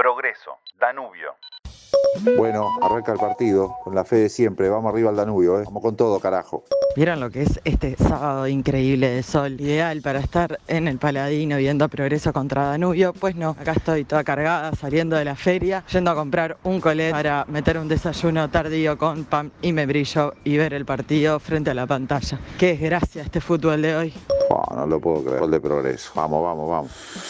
Progreso, Danubio. Bueno, arranca el partido, con la fe de siempre, vamos arriba al Danubio, ¿eh? Vamos con todo, carajo. ¿Vieron lo que es este sábado increíble de sol? Ideal para estar en el Paladino viendo Progreso contra Danubio. Pues no, acá estoy toda cargada saliendo de la feria, yendo a comprar un colet para meter un desayuno tardío con pan y membrillo y ver el partido frente a la pantalla. Qué desgracia este fútbol de hoy. Oh, no lo puedo creer, gol de Progreso, vamos.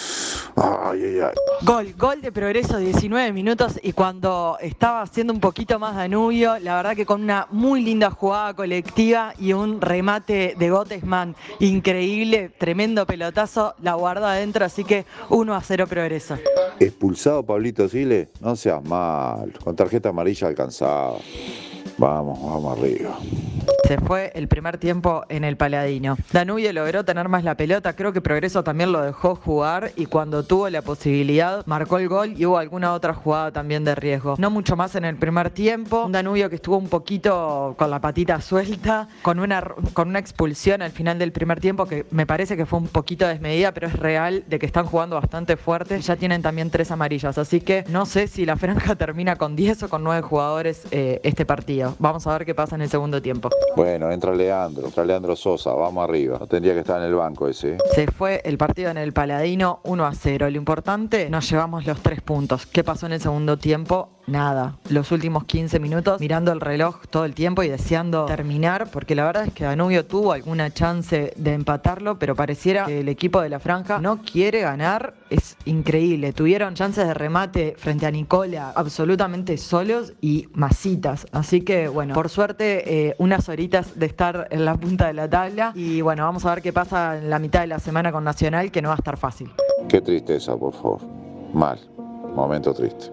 Ay. Gol de Progreso, 19 minutos, y cuando estaba haciendo un poquito más Danubio, la verdad que con una muy linda jugada colectiva y un remate de Gottesman increíble, tremendo pelotazo, la guardó adentro, así que 1-0 Progreso. Expulsado Pablito Siles, no seas mal, con tarjeta amarilla alcanzada. Vamos arriba. Se fue el primer tiempo en el Paladino. Danubio logró tener más la pelota, creo que Progreso también lo dejó jugar y cuando tuvo la posibilidad marcó el gol y hubo alguna otra jugada también de riesgo. No mucho más en el primer tiempo. Un Danubio que estuvo un poquito con la patita suelta, con una expulsión al final del primer tiempo que me parece que fue un poquito desmedida, pero es real de que están jugando bastante fuerte. Ya tienen también 3 amarillas, así que no sé si la franja termina con 10 o con 9 jugadores este partido. Vamos a ver qué pasa en el segundo tiempo. Bueno, entra Leandro Sosa, vamos arriba. No tendría que estar en el banco ese. Se fue el partido en el Paladino 1-0. Lo importante, nos llevamos los 3 puntos. ¿Qué pasó en el segundo tiempo? Nada. Los últimos 15 minutos mirando el reloj todo el tiempo y deseando terminar, porque la verdad es que Danubio tuvo alguna chance de empatarlo, pero pareciera que el equipo de la franja no quiere ganar. Es increíble. Tuvieron chances de remate frente a Nicola absolutamente solos y masitas. Así que, bueno, por suerte, unas horitas de estar en la punta de la tabla. Y bueno, vamos a ver qué pasa en la mitad de la semana con Nacional, que no va a estar fácil. Qué tristeza, por favor. Mal. Momento triste.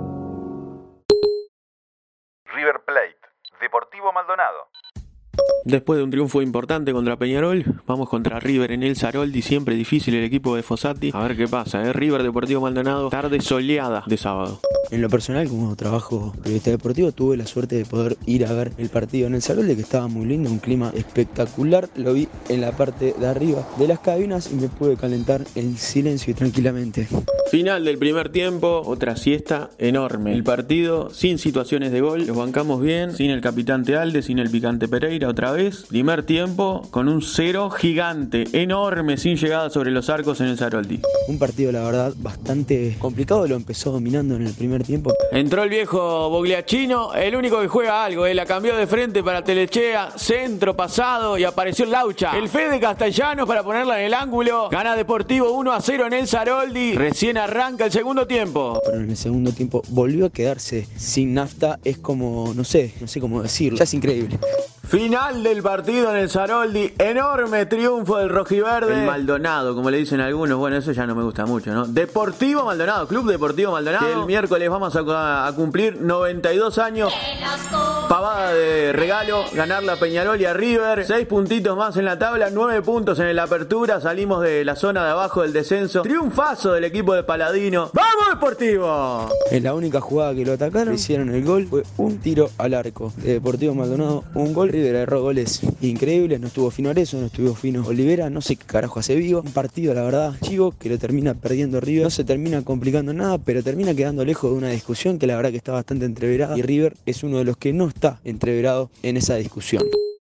River Plate, Deportivo Maldonado. Después de un triunfo importante contra Peñarol, vamos contra River en el Saroldi, siempre difícil el equipo de Fossati. A ver qué pasa, River Deportivo Maldonado, tarde soleada de sábado. En lo personal, como trabajo periodista deportivo, tuve la suerte de poder ir a ver el partido en el Saroldi, que estaba muy lindo, un clima espectacular. Lo vi en la parte de arriba de las cabinas y me pude calentar en silencio y tranquilamente. Final del primer tiempo, otra siesta enorme. El partido sin situaciones de gol, los bancamos bien, sin el capitán Tealde, sin el picante Pereira otra vez. Primer tiempo con un 0 gigante, enorme, sin llegada sobre los arcos en el Saroldi. Un partido, la verdad, bastante complicado, lo empezó dominando en el primer tiempo. Entró el viejo Bogliacchino, el único que juega algo, la cambió de frente para Telechea, centro pasado y apareció el Laucha. El Fede Castellanos para ponerla en el ángulo. Gana Deportivo 1-0 en el Saroldi. Recién arranca el segundo tiempo. Pero en el segundo tiempo volvió a quedarse sin nafta, es como, no sé cómo decirlo, ya es increíble. Final del partido en el Saroldi, enorme triunfo del rojiverde. El Maldonado, como le dicen algunos, bueno, eso ya no me gusta mucho, ¿no? Deportivo Maldonado, Club Deportivo Maldonado. Que el miércoles vamos a cumplir 92 años. Pavada de regalo, ganarle a Peñarol y a River. 6 puntitos más en la tabla, 9 puntos en la apertura. Salimos de la zona de abajo del descenso. Triunfazo del equipo de Paladino. ¡Vamos Deportivo! En la única jugada que lo atacaron, hicieron el gol, fue un tiro al arco. De Deportivo Maldonado, un gol. River erró goles increíbles, no estuvo fino Arezzo, no estuvo fino Olivera, no sé qué carajo hace Vigo. Un partido, la verdad, chivo, que lo termina perdiendo River. No se termina complicando nada, pero termina quedando lejos de una discusión que la verdad que está bastante entreverada. Y River es uno de los que no está entreverado en esa discusión.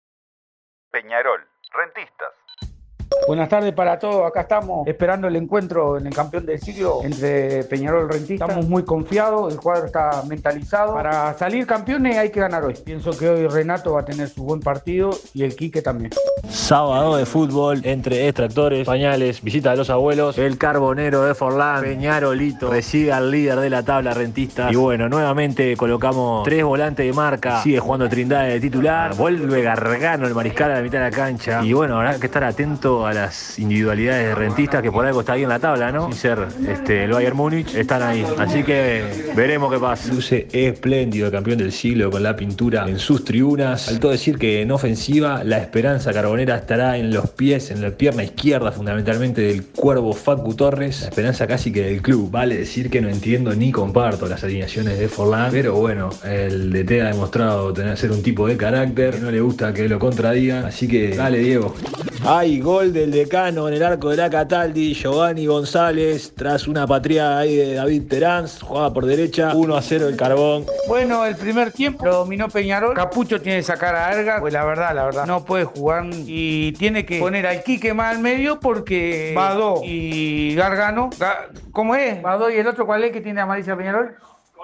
Peñarol, Rentistas. Buenas tardes para todos, acá estamos esperando el encuentro en el campeón del siglo entre Peñarol y Rentistas. Estamos muy confiados, el cuadro está mentalizado. Para salir campeones hay que ganar hoy. Pienso que hoy Renato va a tener su buen partido y el Quique también. Sábado de fútbol entre extractores, pañales, visita de los abuelos, el Carbonero de Forlán, Peñarolito recibe al líder de la tabla Rentistas. Y bueno, nuevamente colocamos 3 volantes de marca, sigue jugando Trindade de titular, vuelve Gargano el mariscal a la mitad de la cancha. Y bueno, habrá que estar atento a las individualidades de Rentistas, que por algo está ahí en la tabla, ¿no? Sin ser el Bayern Múnich, están ahí. Así que veremos qué pasa. Luce espléndido el campeón del siglo con la pintura en sus tribunas. Faltó decir que en ofensiva la esperanza carbonera estará en los pies, en la pierna izquierda fundamentalmente del Cuervo Facu Torres. La esperanza casi que del club. Vale decir que no entiendo ni comparto las alineaciones de Forlán, pero bueno, el DT ha demostrado ser un tipo de carácter, que no le gusta que lo contradigan. Así que dale, Diego. Hay gol del Decano en el arco de la Cataldi. Giovanni González, tras una patriada ahí de David Terán, jugaba por derecha. 1-0 el Carbón. Bueno, el primer tiempo lo dominó Peñarol. Capucho tiene que sacar a Arga, pues la verdad, no puede jugar y tiene que poner al Quique más al medio porque Badó y Gargano. ¿Cómo es? Badó y el otro, ¿cuál es que tiene amarilla Peñarol?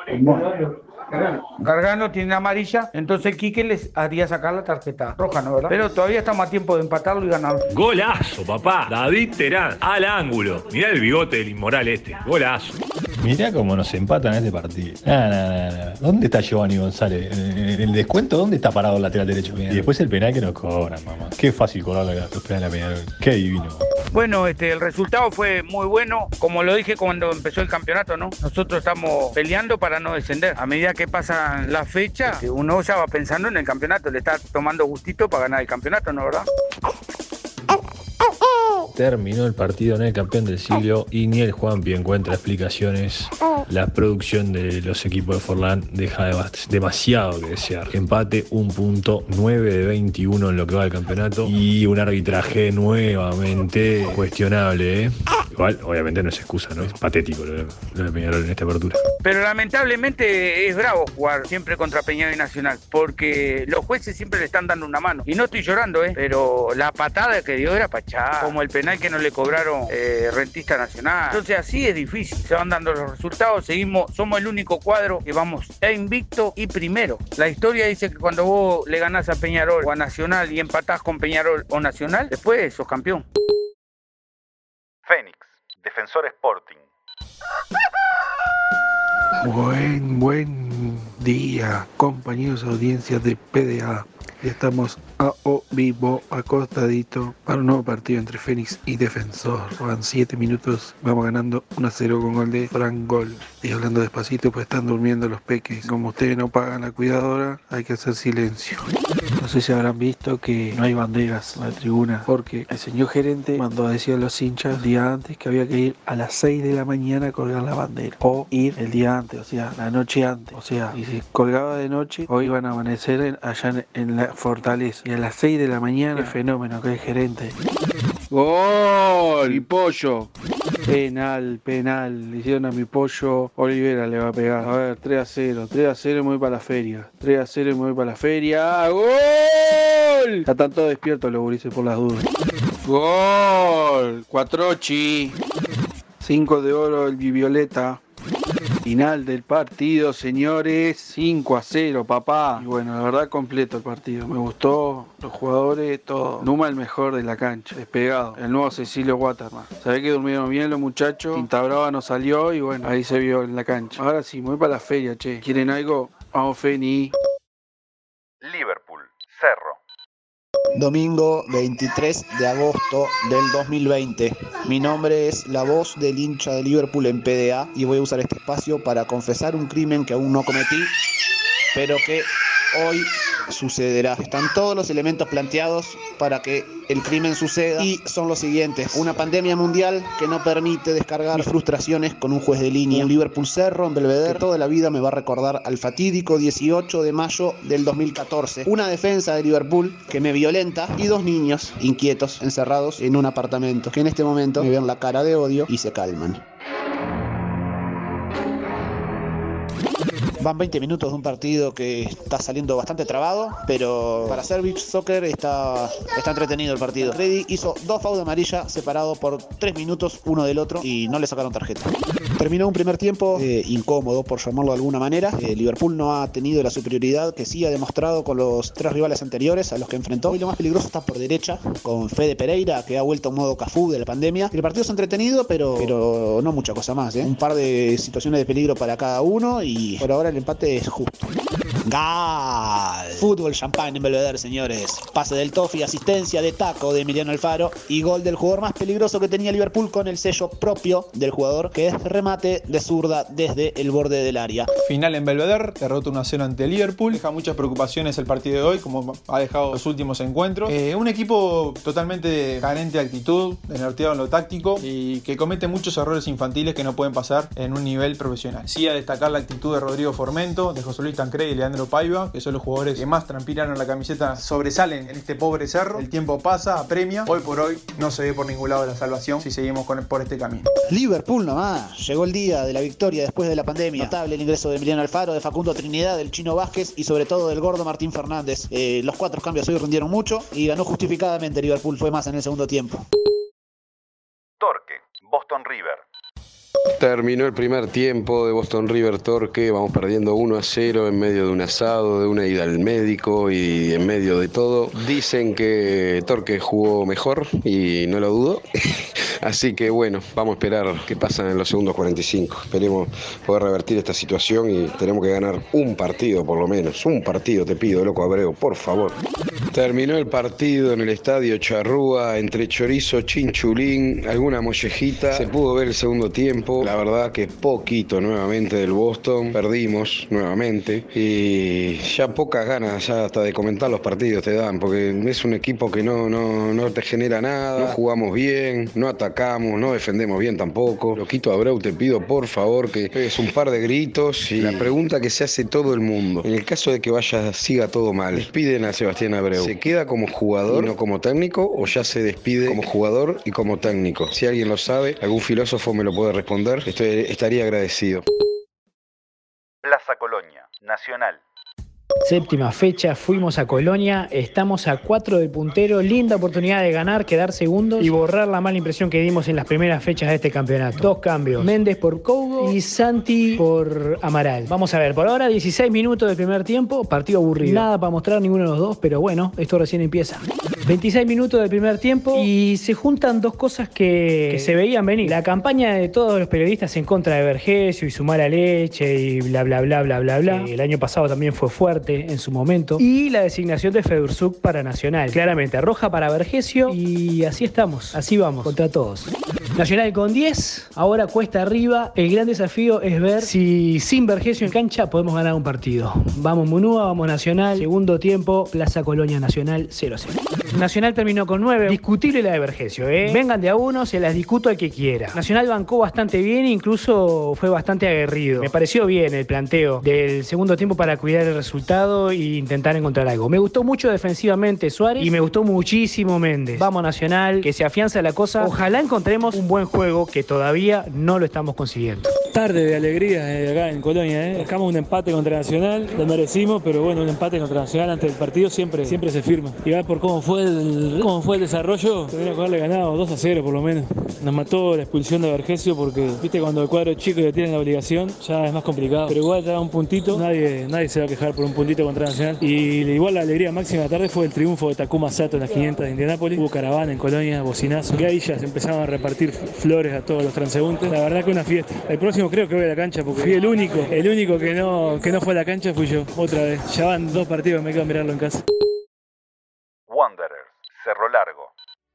Gargano tiene amarilla, entonces Quique les haría sacar la tarjeta roja, ¿no? ¿Verdad? Pero todavía estamos a tiempo de empatarlo y ganarlo. Golazo, papá. David Terán, al ángulo. Mirá el bigote del inmoral este. Golazo. Mirá cómo nos empatan en este partido. No. ¿Dónde está Giovanni González? ¿En el descuento dónde está parado el lateral derecho? Y después el penal que nos cobran, mamá. Qué fácil cobrar los penales a Peñarol. Qué divino. Bueno, el resultado fue muy bueno. Como lo dije cuando empezó el campeonato, ¿no? Nosotros estamos peleando para no descender. A medida que pasan las fechas, uno ya va pensando en el campeonato. Le está tomando gustito para ganar el campeonato, ¿no? ¿Verdad? Terminó el partido en el campeón del siglo y ni el Juanpi encuentra explicaciones. La producción de los equipos de Forlán deja demasiado que desear. Empate, un punto, 9 de 21 en lo que va del campeonato y un arbitraje nuevamente cuestionable, ¿eh? Igual, obviamente no es excusa, ¿no? Es patético lo de Peñarol en esta apertura. Pero lamentablemente es bravo jugar siempre contra Peñarol y Nacional, porque los jueces siempre le están dando una mano. Y no estoy llorando, pero la patada que dio era pachá, como el penal que no le cobraron Rentista Nacional. Entonces así es difícil, se van dando los resultados, somos el único cuadro que vamos invicto y primero. La historia dice que cuando vos le ganás a Peñarol o a Nacional y empatás con Peñarol o Nacional, después sos campeón. Fénix, Defensor Sporting. Buen día, compañeros de audiencia de PDA. Estamos a vivo, acostadito, para un nuevo partido entre Fénix y Defensor. Van 7 minutos, vamos ganando 1-0 con gol de Frank Gol. Y hablando despacito, pues están durmiendo los peques. Como ustedes no pagan la cuidadora, hay que hacer silencio. No sé si habrán visto que no hay banderas en la tribuna, porque el señor gerente mandó a decir a los hinchas el día antes que había que ir a las 6 de la mañana a colgar la bandera. O ir el día antes, o sea, la noche antes. O sea, y si colgaba de noche, hoy van a amanecer allá en la Fortaleza. Y a las 6 de la mañana, qué fenómeno que es el gerente. ¡Gol! Y pollo. Penal. Le hicieron a mi pollo. Olivera le va a pegar. A ver, 3-0. 3-0 y me voy para la feria. 3-0 y me voy para la feria. ¡Gol! Ya están todos despiertos los gurises por las dudas. ¡Gol! Cuatrochi. 5 de oro el Violeta. Final del partido, señores, 5-0, papá. Y bueno, la verdad completo el partido. Me gustó, los jugadores, todo. Numa el mejor de la cancha, despegado. El nuevo Cecilio Waterman. Sabés que durmieron bien los muchachos. Tinta Brava no salió y bueno, ahí se vio en la cancha. Ahora sí, me voy para la feria, che. ¿Quieren algo? Vamos, Feni. Liverpool, Cerro. Domingo 23 de agosto del 2020. Mi nombre es la voz del hincha de Liverpool en PDA y voy a usar este espacio para confesar un crimen que aún no cometí, pero que hoy sucederá. Están todos los elementos planteados para que el crimen suceda y son los siguientes: una pandemia mundial que no permite descargar mis frustraciones con un juez de línea, un Liverpool Cerro en Belvedere que toda la vida me va a recordar al fatídico 18 de mayo del 2014, una defensa de Liverpool que me violenta y 2 niños inquietos encerrados en un apartamento que en este momento me ven la cara de odio y se calman. Van 20 minutos de un partido que está saliendo bastante trabado, pero para hacer beach soccer está entretenido el partido. Freddy hizo 2 fouls de amarilla separados por 3 minutos uno del otro y no le sacaron tarjeta. Terminó un primer tiempo incómodo, por llamarlo de alguna manera. Liverpool no ha tenido la superioridad que sí ha demostrado con los 3 rivales anteriores a los que enfrentó. Hoy lo más peligroso está por derecha, con Fede Pereira, que ha vuelto a modo Cafú de la pandemia. El partido es entretenido, pero no mucha cosa más, Un par de situaciones de peligro para cada uno y por ahora el empate es justo. ¡Gol! Fútbol champán en Belvedere, señores. Pase del Toffee, asistencia de taco de Emiliano Alfaro y gol del jugador más peligroso que tenía Liverpool con el sello propio del jugador, que es remate de zurda desde el borde del área. Final en Belvedere, derrota 1-0 ante Liverpool. Deja muchas preocupaciones el partido de hoy, como ha dejado los últimos encuentros. Un equipo totalmente carente de actitud, norteado en lo táctico y que comete muchos errores infantiles que no pueden pasar en un nivel profesional. Sí, a destacar la actitud de Rodrigo Formento, de José Luis Tancredi y Leandro Leandro Paiva, que son los jugadores que más transpiraron la camiseta, sobresalen en este pobre Cerro. El tiempo pasa, apremia. Hoy por hoy no se ve por ningún lado la salvación si seguimos por este camino. Liverpool nomás, llegó el día de la victoria después de la pandemia. Notable el ingreso de Emiliano Alfaro, de Facundo Trinidad, del Chino Vázquez y sobre todo del gordo Martín Fernández. Los 4 cambios hoy rindieron mucho y ganó justificadamente. Liverpool fue más en el segundo tiempo. Torque, Boston River. Terminó el primer tiempo de Boston River Torque, vamos perdiendo 1-0 en medio de un asado, de una ida al médico y en medio de todo. Dicen que Torque jugó mejor y no lo dudo. Así que bueno, vamos a esperar qué pasa en los segundos 45. Esperemos poder revertir esta situación y tenemos que ganar un partido por lo menos. Un partido te pido, loco Abreu, por favor. Terminó el partido en el estadio Charrúa, entre chorizo, chinchulín, alguna mollejita. Se pudo ver el segundo tiempo. La verdad que poquito nuevamente del Boston. Perdimos nuevamente. Y ya pocas ganas ya hasta de comentar los partidos te dan. Porque es un equipo que no te genera nada. No jugamos bien, no atacamos, no defendemos bien tampoco. Loquito Abreu, te pido por favor que pegues un par de gritos. Y la pregunta que se hace todo el mundo. En el caso de que siga todo mal, despiden a Sebastián Abreu. ¿Se queda como jugador y no como técnico o ya se despide como jugador y como técnico? Si alguien lo sabe, algún filósofo me lo puede responder, estaría agradecido. Plaza Colonia, Nacional. Séptima fecha, fuimos a Colonia, estamos a 4 del puntero, linda oportunidad de ganar, quedar segundos y borrar la mala impresión que dimos en las primeras fechas de este campeonato. 2 cambios, Méndez por Cougo y Santi por Amaral. Vamos a ver, por ahora 16 minutos del primer tiempo, partido aburrido. Nada para mostrar ninguno de los dos, pero bueno, esto recién empieza. 26 minutos del primer tiempo y se juntan dos cosas que se veían venir. La campaña de todos los periodistas en contra de Vergesio y su mala leche y bla bla bla bla bla bla. El año pasado también fue fuerte en su momento. Y la designación de Fedursuc para Nacional. Claramente, roja para Vergesio y así estamos, así vamos, contra todos. Nacional con 10, ahora cuesta arriba. El gran desafío es ver si sin Vergesio en cancha podemos ganar un partido. Vamos Munúa, vamos Nacional. Segundo tiempo, Plaza Colonia Nacional 0-0. Nacional terminó con 9. Discutible la de Vergesio, Vengan de a uno, se las discuto al que quiera. Nacional bancó bastante bien, incluso fue bastante aguerrido. Me pareció bien el planteo del segundo tiempo para cuidar el resultado e intentar encontrar algo. Me gustó mucho defensivamente Suárez y me gustó muchísimo Méndez. Vamos Nacional, que se afianza la cosa. Ojalá encontremos un buen juego que todavía no lo estamos consiguiendo. Tarde de alegría acá en Colonia, Dejamos un empate contra Nacional, lo merecimos, pero bueno, un empate contra Nacional antes del partido siempre se firma. Y va por cómo fue el desarrollo, tendría que haberle ganado 2-0 por lo menos. Nos mató la expulsión de Vergesio porque, viste, cuando el cuadro chico ya tiene la obligación, ya es más complicado. Pero igual te da un puntito, nadie se va a quejar por un puntito contra Nacional. Y igual la alegría máxima de la tarde fue el triunfo de Takuma Sato en las 500 de Indianápolis. Hubo caravana en Colonia, bocinazo, que ahí ya se empezaban a repartir flores a todos los transeúntes. La verdad que una fiesta. El próximo creo que voy a la cancha porque fui el único que no fue a la cancha fui yo, otra vez. Ya van 2 partidos, me quedo a mirarlo en casa. Wanderers, Cerro Largo.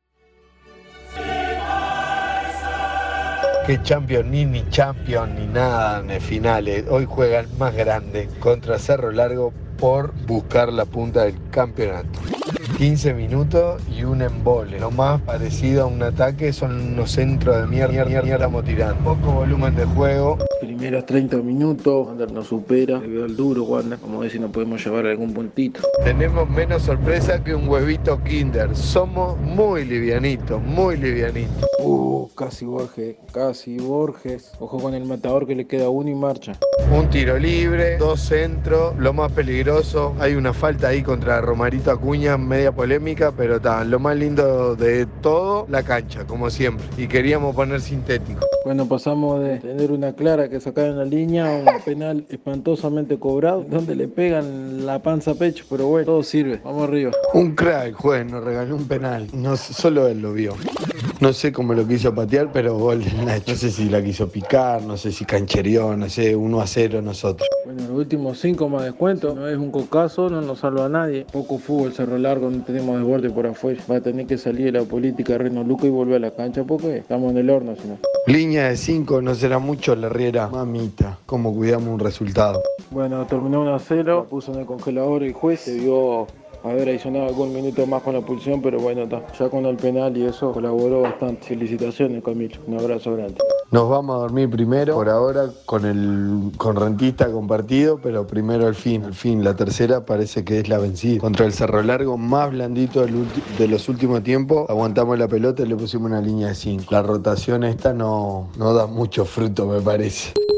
Que Champions ni Champions ni nada en finales. Hoy juegan más grande contra Cerro Largo por buscar la punta del campeonato. 15 minutos y un embole. Lo más parecido a un ataque son unos centros de mierda estamos tirando. Poco volumen de juego. Primeros 30 minutos, Wander nos supera. Le veo el duro, Wander. Vamos a ver si nos podemos llevar algún puntito. Tenemos menos sorpresa que un huevito Kinder. Somos muy livianitos, muy livianitos. Casi Borges. Ojo con el matador que le queda uno y marcha. Un tiro libre, 2 centros. Lo más peligroso, hay una falta ahí contra Romarito Acuña, media polémica, pero está. Lo más lindo de todo, la cancha, como siempre. Y queríamos poner sintético. Bueno, pasamos de tener una clara que sacar en la línea a un penal espantosamente cobrado, donde le pegan la panza a pecho, pero bueno, todo sirve. Vamos arriba. Un crack, el juez nos regaló un penal. No, solo él lo vio. No sé cómo lo quiso patear, pero gol del Nacho. No sé si la quiso picar, no sé si canchereó, no sé, 1-0 nosotros. Bueno, los últimos 5 más descuento. No es un cocazo, no nos salva a nadie. Poco fútbol, Cerro Largo, no tenemos desborde por afuera. Va a tener que salir de la política de Reno Luca y volver a la cancha porque estamos en el horno, si no. Línea de 5, no será mucho la Riera. Mamita, cómo cuidamos un resultado. Bueno, terminó 1-0, puso en el congelador el juez, se vio haber adicionado algún minuto más con la pulsión, pero bueno, ya con el penal y eso colaboró bastante. Felicitaciones, Camilo, un abrazo grande. Nos vamos a dormir primero, por ahora con Rentista compartido, pero primero al fin. Al fin, la tercera parece que es la vencida. Contra el Cerro Largo, más blandito de los últimos tiempos, aguantamos la pelota y le pusimos una línea de 5. La rotación esta no da mucho fruto, me parece.